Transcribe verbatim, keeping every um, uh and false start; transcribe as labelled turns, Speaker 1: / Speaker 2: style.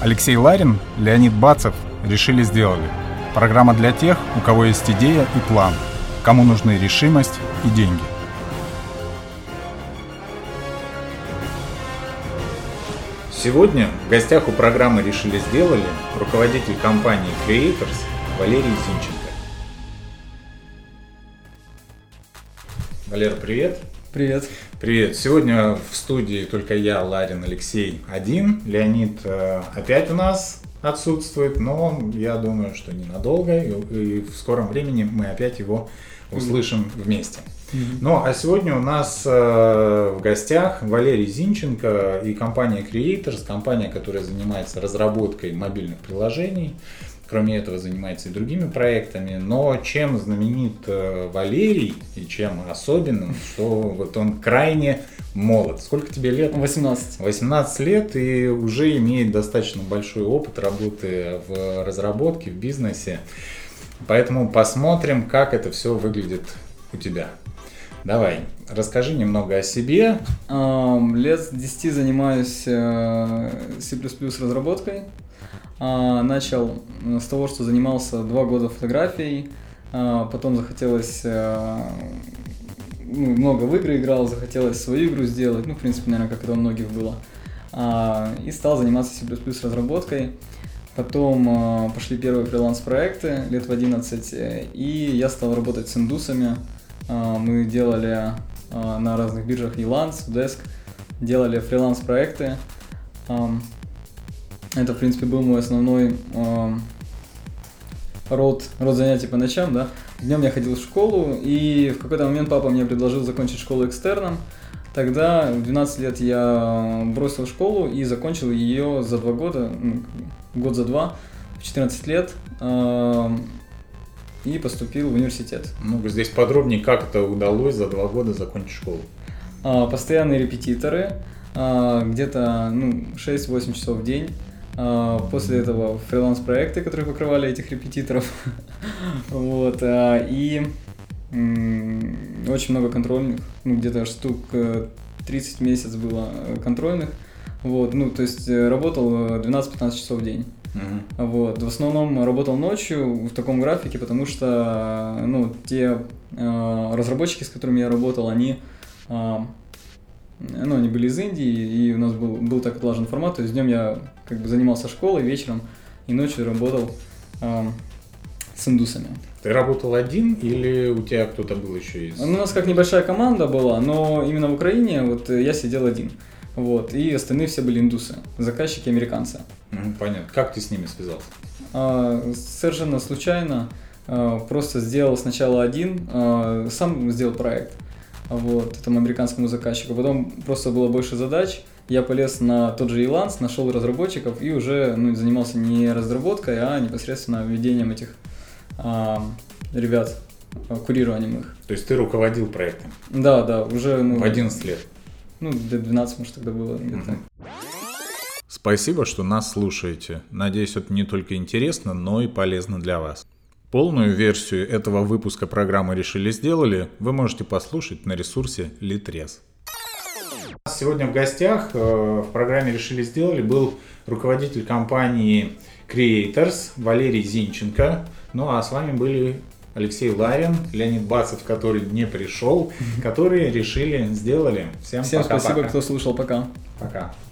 Speaker 1: Алексей Ларин, Леонид Бацев решили сделали. Программа для тех, у кого есть идея и план, кому нужны решимость и деньги. Сегодня в гостях у программы «Решили сделали» руководитель компании Creators Валерий Зинченко. Валера, привет.
Speaker 2: Привет.
Speaker 1: Привет. Сегодня в студии только я, Ларин, Алексей один. Леонид э, опять у нас отсутствует, но я думаю, что ненадолго, и, и в скором времени мы опять его услышим вместе. Mm-hmm. Ну, а сегодня у нас э, в гостях Валерий Зинченко и компания Creators, компания, которая занимается разработкой мобильных приложений. Кроме этого, занимается и другими проектами. Но чем знаменит э, Валерий и чем особенным, что вот он крайне молод. Сколько тебе лет?
Speaker 2: восемнадцать.
Speaker 1: восемнадцать лет и уже имеет достаточно большой опыт работы в разработке, в бизнесе. Поэтому посмотрим, как это все выглядит у тебя. Давай, расскажи немного о себе.
Speaker 2: Лет с десяти занимаюсь C++ разработкой. Начал с того, что занимался два года фотографией, потом захотелось, ну, много в игры играл, захотелось свою игру сделать, ну, в принципе, наверное, как это у многих было, и стал заниматься C++ разработкой. Потом пошли первые фриланс-проекты лет в одиннадцать, и я стал работать с индусами. Мы делали на разных биржах Elance, Desk, делали фриланс-проекты. Это, в принципе, был мой основной э, род, род занятий по ночам, да. Днем я ходил в школу, и в какой-то момент папа мне предложил закончить школу экстерном. Тогда в двенадцать лет я бросил школу и закончил ее за два года, ну, год за два, в четырнадцать лет, э, и поступил в университет.
Speaker 1: Ну, здесь подробнее, как это удалось за два года закончить школу.
Speaker 2: Э, постоянные репетиторы, э, где-то ну, шесть-восемь часов в день. После этого фриланс-проекты, которые покрывали этих репетиторов. Вот. И очень много контрольных, ну, где-то штук тридцать в месяц было контрольных. Вот. Ну, то есть работал двенадцать-пятнадцать часов в день. Uh-huh. Вот. В основном работал ночью в таком графике, потому что ну, те э, разработчики, с которыми я работал, они э, ну, они были из Индии, и у нас был, был так отлажен формат, то есть днем я как бы занимался школой, вечером и ночью работал э, с индусами.
Speaker 1: Ты работал один или у тебя кто-то был еще из...
Speaker 2: У нас как небольшая команда была, но именно в Украине вот я сидел один, вот, и остальные все были индусы, заказчики американцы.
Speaker 1: Mm, понятно. Как ты с ними связался?
Speaker 2: А, совершенно случайно, а, просто сделал сначала один, а, сам сделал проект. Вот, этому американскому заказчику. Потом просто было больше задач. Я полез на тот же Elance, нашел разработчиков и уже ну, занимался не разработкой, а непосредственно ведением этих а, ребят, курированием их.
Speaker 1: То есть ты руководил проектом?
Speaker 2: Да, да, уже... Ну,
Speaker 1: в одиннадцать лет?
Speaker 2: Ну, двенадцать, может, тогда было где-то. Uh-huh.
Speaker 1: Спасибо, что нас слушаете. Надеюсь, это не только интересно, но и полезно для вас. Полную версию этого выпуска программы «Решили сделали» вы можете послушать на ресурсе Litres. Сегодня в гостях в программе «Решили сделали» был руководитель компании Creators Валерий Зинченко. Ну а с вами были Алексей Ларин, Леонид Бацев, который не пришел, которые решили сделали. Всем,
Speaker 2: Всем
Speaker 1: пока-пока.
Speaker 2: спасибо, кто слушал. Пока.
Speaker 1: Пока.